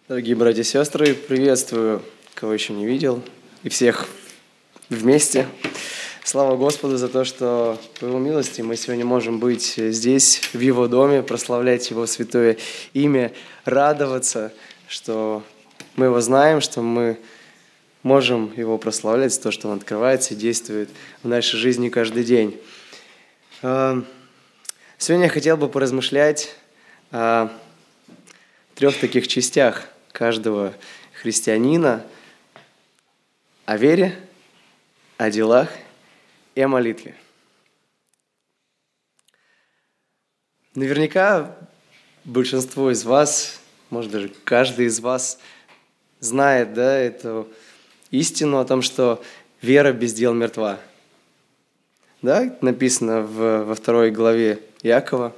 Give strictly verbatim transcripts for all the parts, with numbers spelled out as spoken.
Дорогие братья и сестры, приветствую, кого еще не видел, и всех вместе. Слава Господу за то, что по Его милости мы сегодня можем быть здесь, в Его доме, прославлять Его святое имя, радоваться, что мы Его знаем, что мы можем Его прославлять за то, что Он открывается и действует в нашей жизни каждый день. Сегодня я хотел бы поразмышлять о трех таких частях каждого христианина: о вере, о делах и о молитве. Наверняка большинство из вас, может даже каждый из вас знает, да, эту истину о том, что вера без дел мертва. Да, написано в, во второй главе Иакова.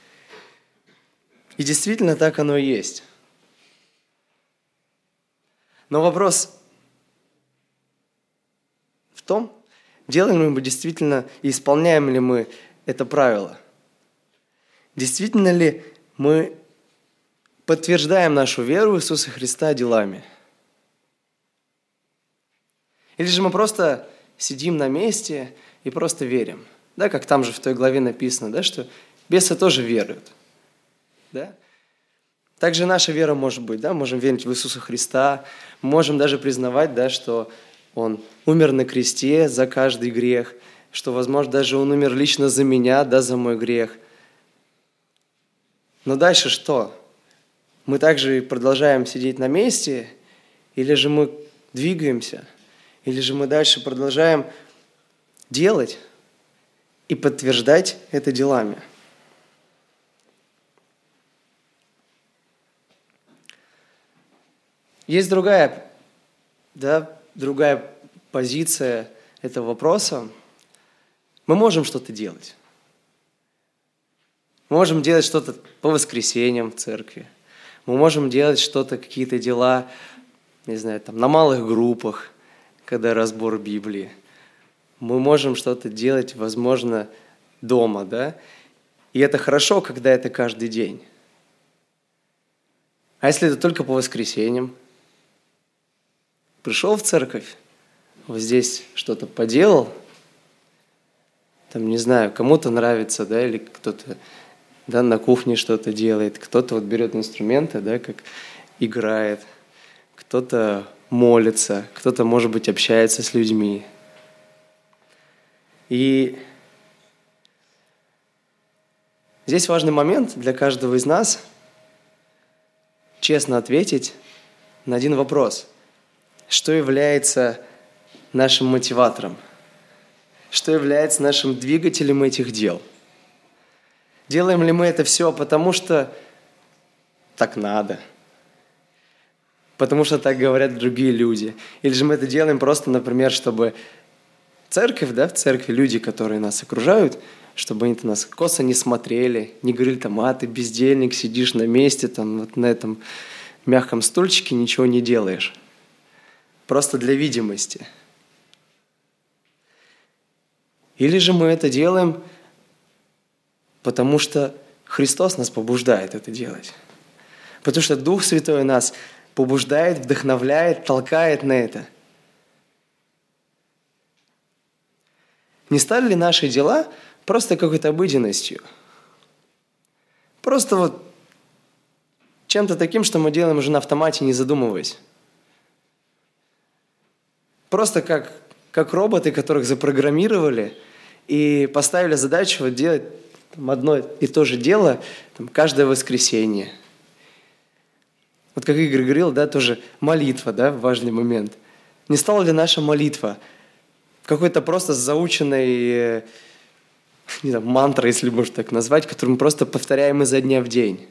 И действительно так оно и есть. Но вопрос в том, делаем ли мы действительно и исполняем ли мы это правило. Действительно ли мы подтверждаем нашу веру в Иисуса Христа делами? Или же мы просто сидим на месте и просто верим? Да, как там же в той главе написано, да, что бесы тоже веруют. Да? Также наша вера может быть, да, можем верить в Иисуса Христа, можем даже признавать, да, что Он умер на кресте за каждый грех, что, возможно, даже Он умер лично за меня, да, за мой грех. Но дальше что? Мы также продолжаем сидеть на месте, или же мы двигаемся, или же мы дальше продолжаем делать и подтверждать это делами? Есть другая, да, другая позиция этого вопроса. Мы можем что-то делать. Мы можем делать что-то по воскресеньям в церкви. Мы можем делать что-то, какие-то дела, не знаю, там, на малых группах, когда разбор Библии. Мы можем что-то делать, возможно, дома, да? И это хорошо, когда это каждый день. А если это только по воскресеньям? Пришел в церковь, вот здесь что-то поделал, там, не знаю, кому-то нравится, да, или кто-то, да, на кухне что-то делает, кто-то вот берет инструменты, да, как играет, кто-то молится, кто-то, может быть, общается с людьми. И здесь важный момент для каждого из нас честно ответить на один вопрос. Что является нашим мотиватором? Что является нашим двигателем этих дел? Делаем ли мы это все потому, что так надо? Потому что так говорят другие люди? Или же мы это делаем просто, например, чтобы церковь, да, в церкви люди, которые нас окружают, чтобы они-то нас косо не смотрели, не говорили там: а ты бездельник, сидишь на месте, там, вот на этом мягком стульчике, ничего не делаешь. Просто для видимости. Или же мы это делаем, потому что Христос нас побуждает это делать. Потому что Дух Святой нас побуждает, вдохновляет, толкает на это. Не стали ли наши дела просто какой-то обыденностью? Просто вот чем-то таким, что мы делаем уже на автомате, не задумываясь. Просто как, как роботы, которых запрограммировали и поставили задачу вот делать там, одно и то же дело там, каждое воскресенье. Вот как Игорь говорил, да, тоже молитва, да, важный момент. Не стала ли наша молитва какой-то просто заученной, не знаю, мантрой, если можно так назвать, которую мы просто повторяем изо дня в день?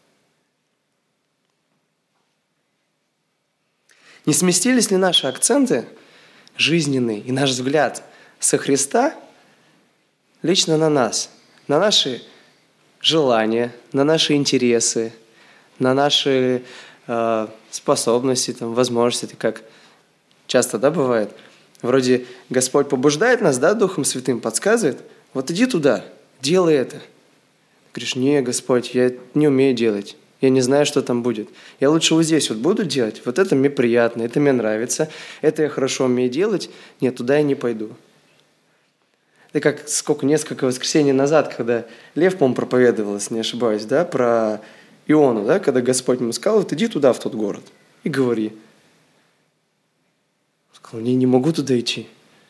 Не сместились ли наши акценты жизненный и наш взгляд со Христа лично на нас, на наши желания, на наши интересы, на наши э, способности, там, возможности, как часто, да, бывает. Вроде Господь побуждает нас, да, Духом Святым подсказывает: вот иди туда, делай это. Ты говоришь: не, Господь, я не умею делать, Я не знаю, что там будет. Я лучше вот здесь вот буду делать. Вот это мне приятно, это мне нравится, это я хорошо умею делать. Нет, туда я не пойду. Это как сколько, несколько воскресений назад, когда Лев, по-моему, проповедовал, если не ошибаюсь, да, про Иону, да, когда Господь ему сказал, вот иди туда, в тот город, и говори. Он сказал, не, не могу туда идти.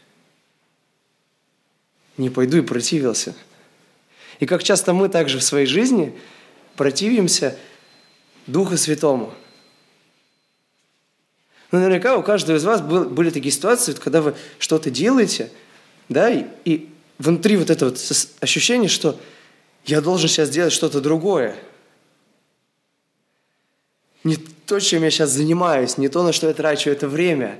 Не пойду, и противился. И как часто мы также в своей жизни противимся Духу Святому. Ну, наверняка у каждого из вас был, были такие ситуации, когда вы что-то делаете, да, и, и внутри вот это вот ощущение, что я должен сейчас делать что-то другое. Не то, чем я сейчас занимаюсь, не то, на что я трачу это время.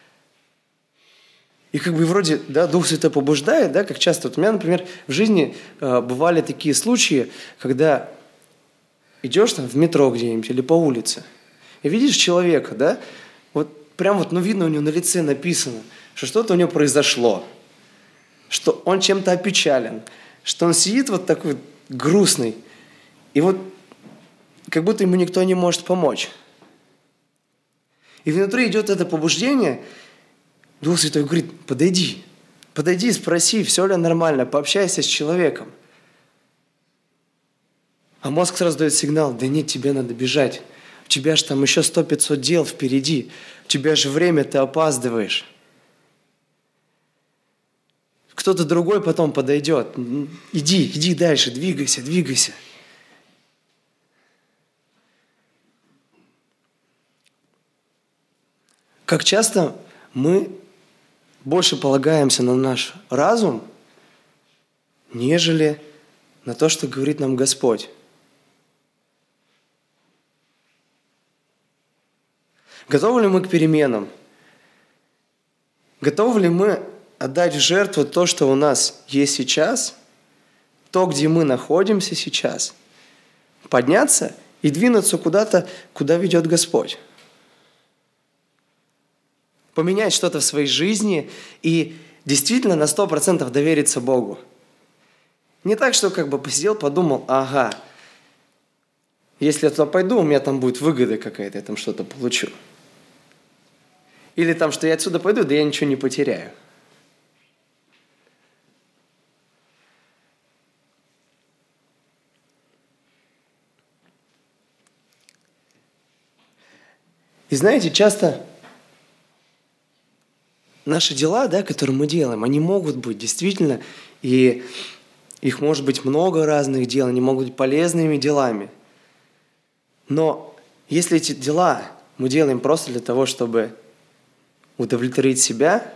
И как бы вроде, да, Дух Святой побуждает, да, как часто. Вот у меня, например, в жизни э, бывали такие случаи, когда идешь там в метро где-нибудь или по улице, и видишь человека, да, вот прям вот, ну, видно у него на лице написано, что что-то у него произошло, что он чем-то опечален, что он сидит вот такой грустный, и вот как будто ему никто не может помочь. И внутри идет это побуждение, Дух Святой говорит, подойди, подойди, спроси, все ли нормально, пообщайся с человеком. А мозг сразу дает сигнал, да нет, тебе надо бежать. У тебя же там еще сто-пятьсот дел впереди. У тебя же время, ты опаздываешь. Кто-то другой потом подойдет. Иди, иди дальше, двигайся, двигайся. Как часто мы больше полагаемся на наш разум, нежели на то, что говорит нам Господь. Готовы ли мы к переменам? Готовы ли мы отдать в жертву то, что у нас есть сейчас, то, где мы находимся сейчас, подняться и двинуться куда-то, куда ведет Господь? Поменять что-то в своей жизни и действительно на сто процентов довериться Богу. Не так, что как бы посидел, подумал, ага, если я туда пойду, у меня там будет выгода какая-то, я там что-то получу. Или там, что я отсюда пойду, да я ничего не потеряю. И знаете, часто наши дела, да, которые мы делаем, они могут быть действительно, и их может быть много разных дел, они могут быть полезными делами. Но если эти дела мы делаем просто для того, чтобы удовлетворить себя,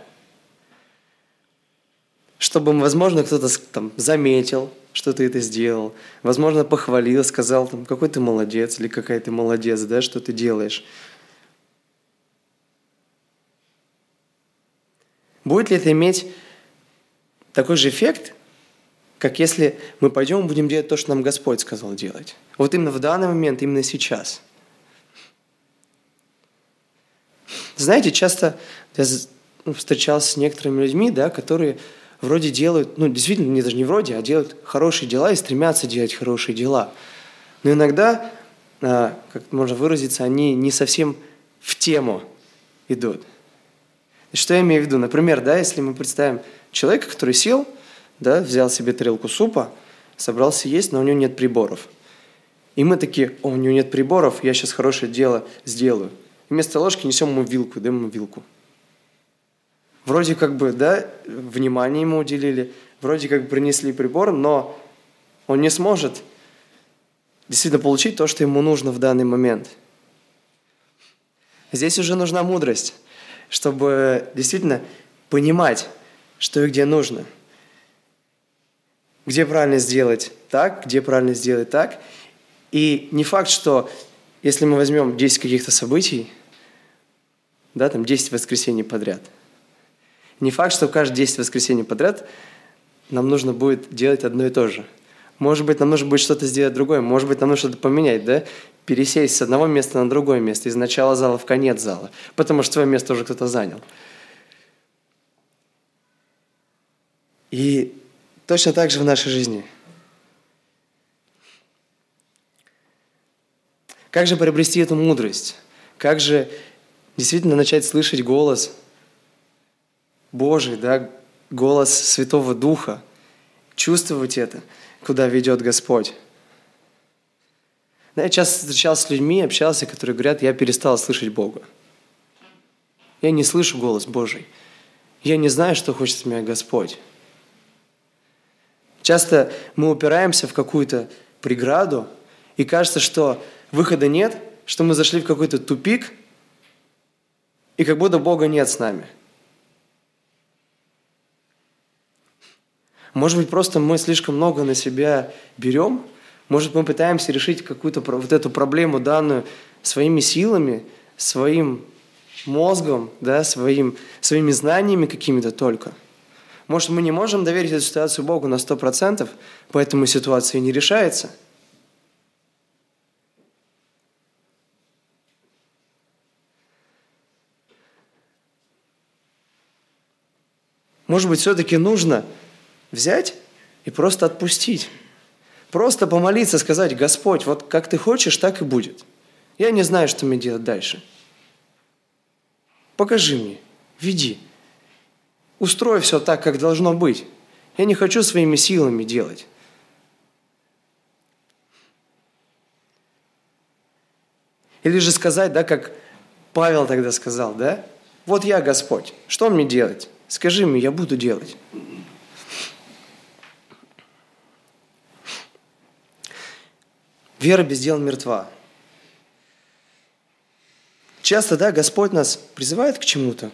чтобы, возможно, кто-то там заметил, что ты это сделал, возможно, похвалил, сказал, там, какой ты молодец или какая ты молодец, да, что ты делаешь. Будет ли это иметь такой же эффект, как если мы пойдем и будем делать то, что нам Господь сказал делать? Вот именно в данный момент, именно сейчас. Знаете, часто я встречался с некоторыми людьми, да, которые вроде делают, ну, действительно, не даже не вроде, а делают хорошие дела и стремятся делать хорошие дела. Но иногда, как можно выразиться, они не совсем в тему идут. И что я имею в виду? Например, да, если мы представим человека, который сел, да, взял себе тарелку супа, собрался есть, но у него нет приборов. И мы такие, о, у него нет приборов, я сейчас хорошее дело сделаю. И вместо ложки несем ему вилку, даем ему вилку. Вроде как бы, да, внимание ему уделили, вроде как бы принесли прибор, но он не сможет действительно получить то, что ему нужно в данный момент. Здесь уже нужна мудрость, чтобы действительно понимать, что и где нужно. Где правильно сделать так, где правильно сделать так. И не факт, что если мы возьмем десять каких-то событий, да, там десять воскресений подряд, не факт, что каждые десять воскресений подряд нам нужно будет делать одно и то же. Может быть, нам нужно будет что-то сделать другое, может быть, нам нужно что-то поменять, да? Пересесть с одного места на другое место, из начала зала в конец зала, потому что свое место уже кто-то занял. И точно так же в нашей жизни. Как же приобрести эту мудрость? Как же действительно начать слышать голос Божий, да, голос Святого Духа, чувствовать это, куда ведет Господь? Да, я часто встречался с людьми, общался, которые говорят: я перестал слышать Бога. Я не слышу голос Божий. Я не знаю, что хочет от меня Господь. Часто мы упираемся в какую-то преграду, и кажется, что выхода нет, что мы зашли в какой-то тупик, и как будто Бога нет с нами. Может быть, просто мы слишком много на себя берем? Может, мы пытаемся решить какую-то вот эту проблему, данную своими силами, своим мозгом, да, своим, своими знаниями какими-то только? Может, мы не можем доверить эту ситуацию Богу на сто процентов, поэтому ситуация не решается? Может быть, все-таки нужно взять и просто отпустить. Просто помолиться, сказать: Господь, вот как Ты хочешь, так и будет. Я не знаю, что мне делать дальше. Покажи мне, веди. Устрой все так, как должно быть. Я не хочу своими силами делать. Или же сказать, да, как Павел тогда сказал, да? Вот я Господь, что мне делать? Скажи мне, я буду делать. Вера без дел мертва. Часто, да, Господь нас призывает к чему-то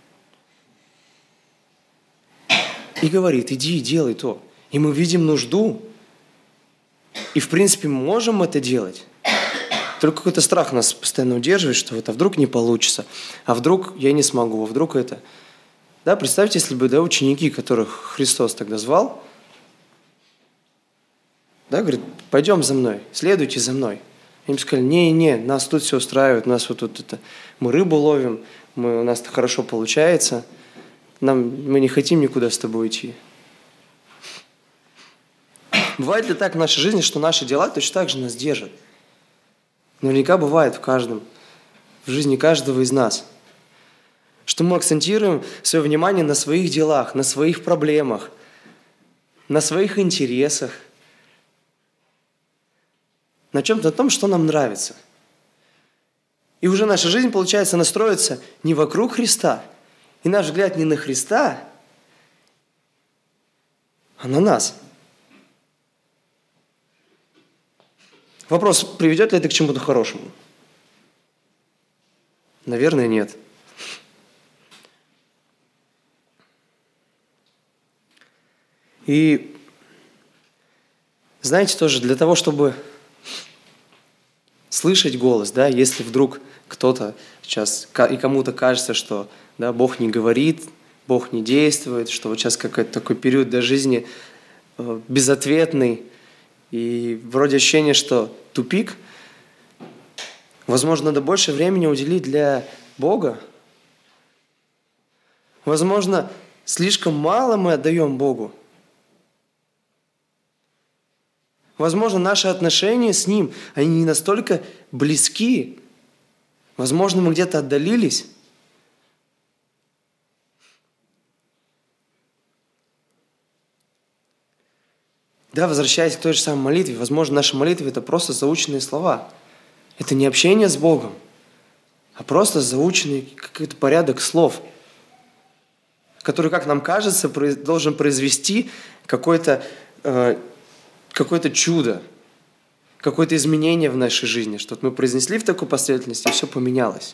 и говорит: иди, делай то. И мы видим нужду, и в принципе мы можем это делать. Только какой-то страх нас постоянно удерживает, что вот, а вдруг не получится, а вдруг я не смогу, а вдруг это. Да, представьте, если бы, да, ученики, которых Христос тогда звал, да, говорит: пойдем за мной, следуйте за мной. Они бы сказали: не-не, нас тут все устраивает, нас вот тут это, мы рыбу ловим, мы, у нас это хорошо получается, нам, мы не хотим никуда с тобой идти. Бывает ли так в нашей жизни, что наши дела точно так же нас держат? Наверняка бывает в каждом, в жизни каждого из нас. Что мы акцентируем свое внимание на своих делах, на своих проблемах, на своих интересах, на чем-то, на том, что нам нравится. И уже наша жизнь, получается, настроится не вокруг Христа. И наш взгляд не на Христа, а на нас. Вопрос: приведет ли это к чему-то хорошему? Наверное, нет. И знаете, тоже для того, чтобы слышать голос, да, если вдруг кто-то сейчас, и кому-то кажется, что, да, Бог не говорит, Бог не действует, что вот сейчас какой-то такой период до жизни э, безответный, и вроде ощущение, что тупик, возможно, надо больше времени уделить для Бога. Возможно, слишком мало мы отдаем Богу. Возможно, наши отношения с Ним, они не настолько близки. Возможно, мы где-то отдалились. Да, возвращаясь к той же самой молитве, возможно, наша молитва – это просто заученные слова. Это не общение с Богом, а просто заученный какой-то порядок слов, который, как нам кажется, должен произвести какое-то э, какое-то чудо, какое-то изменение в нашей жизни, что мы произнесли в такой последовательности, и все поменялось.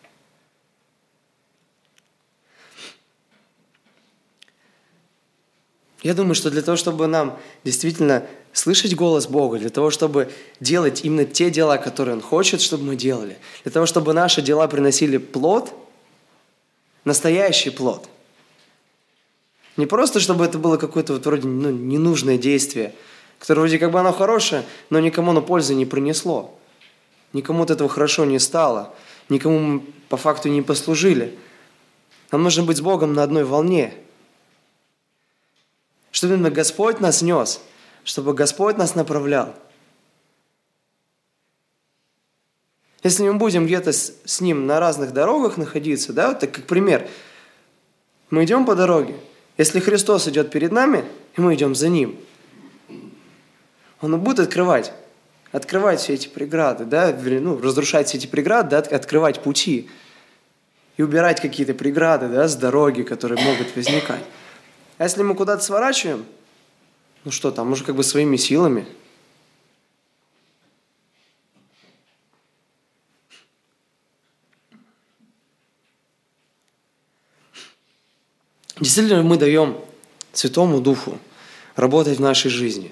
Я думаю, что для того, чтобы нам действительно слышать голос Бога, для того, чтобы делать именно те дела, которые Он хочет, чтобы мы делали, для того, чтобы наши дела приносили плод, настоящий плод, не просто, чтобы это было какое-то вот вроде, ну, ненужное действие, которое вроде как бы оно хорошее, но никому оно пользы не принесло. Никому от этого хорошо не стало. Никому мы по факту не послужили. Нам нужно быть с Богом на одной волне. Чтобы именно Господь нас нес, чтобы Господь нас направлял. Если мы будем где-то с, с Ним на разных дорогах находиться, да, вот так как пример, мы идем по дороге, если Христос идет перед нами, и мы идем за Ним, Он будет открывать, открывать все эти преграды, да, ну, разрушать все эти преграды, да, открывать пути и убирать какие-то преграды, да, с дороги, которые могут возникать. А если мы куда-то сворачиваем, ну что там, уже как бы своими силами. Действительно, мы даем Святому Духу работать в нашей жизни.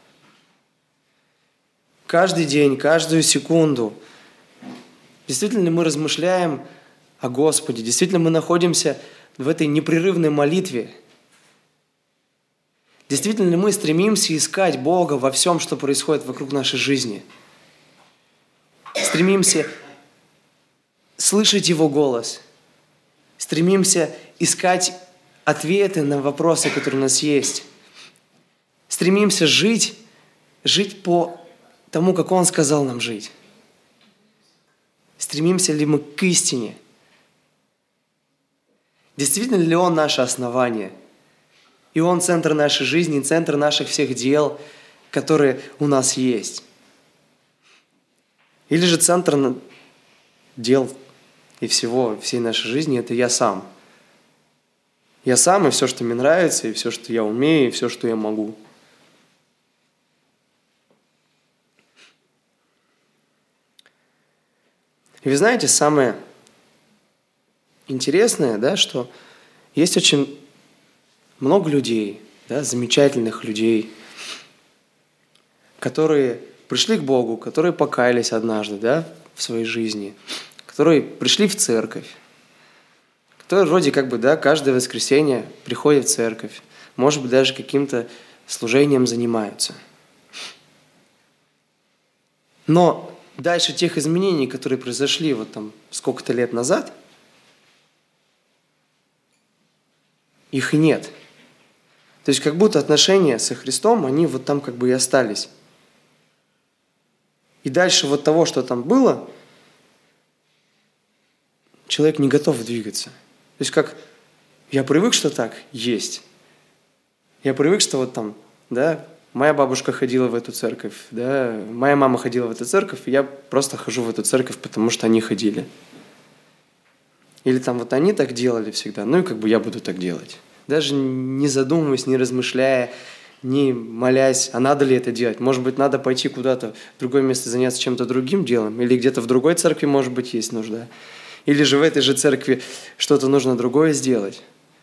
Каждый день, каждую секунду. Действительно, мы размышляем о Господе. Действительно, мы находимся в этой непрерывной молитве. Действительно, мы стремимся искать Бога во всем, что происходит вокруг нашей жизни. Стремимся слышать Его голос. Стремимся искать ответы на вопросы, которые у нас есть. Стремимся жить, жить по тому, как Он сказал нам жить. Стремимся ли мы к истине? Действительно ли Он наше основание? И Он центр нашей жизни, центр наших всех дел, которые у нас есть? Или же центр дел и всего, всей нашей жизни – это я сам? Я сам, и все, что мне нравится, и все, что я умею, и все, что я могу. И вы знаете, самое интересное, да, что есть очень много людей, да, замечательных людей, которые пришли к Богу, которые покаялись однажды, да, в своей жизни, которые пришли в церковь, которые вроде как бы, да, каждое воскресенье приходят в церковь, может быть, даже каким-то служением занимаются. Но дальше тех изменений, которые произошли вот там сколько-то лет назад, их и нет. То есть как будто отношения со Христом, они вот там как бы и остались. И дальше вот того, что там было, человек не готов двигаться. То есть как я привык, что так есть. Я привык, что вот там, да, моя бабушка ходила в эту церковь, да, моя мама ходила в эту церковь, и я просто хожу в эту церковь, потому что они ходили. Или там вот они так делали всегда, ну и как бы я буду так делать. Даже не задумываясь, не размышляя, не молясь, а надо ли это делать. Может быть, надо пойти куда-то в другое место, заняться чем-то другим делом, или где-то в другой церкви, может быть, есть нужда. Или же в этой же церкви что-то нужно другое сделать.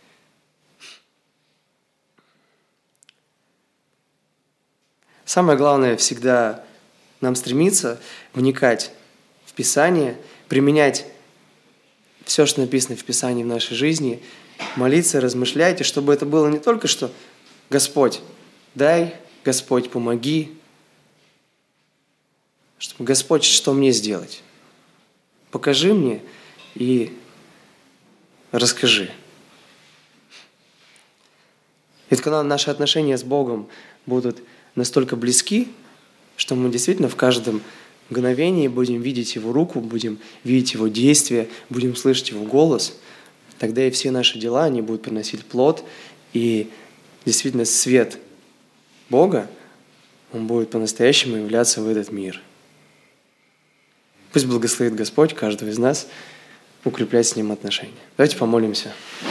Самое главное всегда нам стремиться вникать в Писание, применять все, что написано в Писании в нашей жизни, молиться, размышлять, и чтобы это было не только что «Господь, дай, Господь, помоги», чтобы «Господь, что мне сделать? Покажи мне и расскажи». И когда наши отношения с Богом будут настолько близки, что мы действительно в каждом мгновении будем видеть Его руку, будем видеть Его действия, будем слышать Его голос, тогда и все наши дела, они будут приносить плод, и действительно свет Бога, Он будет по-настоящему являться в этот мир. Пусть благословит Господь каждого из нас укреплять с Ним отношения. Давайте помолимся.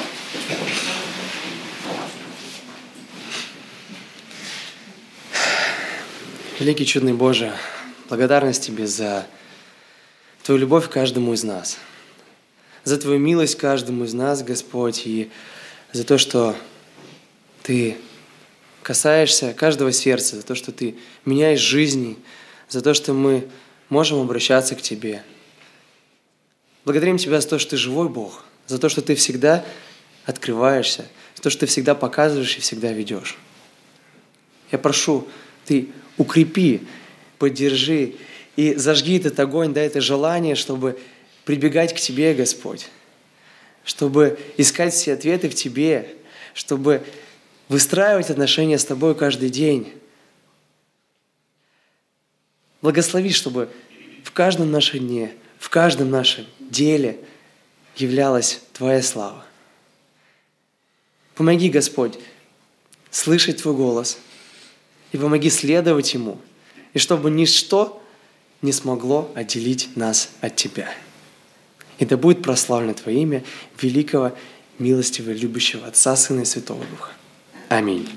Великий чудный Боже, благодарность Тебе за Твою любовь к каждому из нас, за Твою милость каждому из нас, Господь, и за то, что Ты касаешься каждого сердца, за то, что Ты меняешь жизни, за то, что мы можем обращаться к Тебе. Благодарим Тебя за то, что Ты живой Бог, за то, что Ты всегда открываешься, за то, что Ты всегда показываешь и всегда ведешь. Я прошу, Ты укрепи, поддержи и зажги этот огонь, дай это желание, чтобы прибегать к Тебе, Господь, чтобы искать все ответы в Тебе, чтобы выстраивать отношения с Тобой каждый день. Благослови, чтобы в каждом нашем дне в каждом нашем деле являлась Твоя слава. Помоги, Господь, слышать Твой голос, и помоги следовать Ему, и чтобы ничто не смогло отделить нас от Тебя. И да будет прославлено Твое имя, великого, милостивого, любящего Отца, Сына и Святого Духа. Аминь.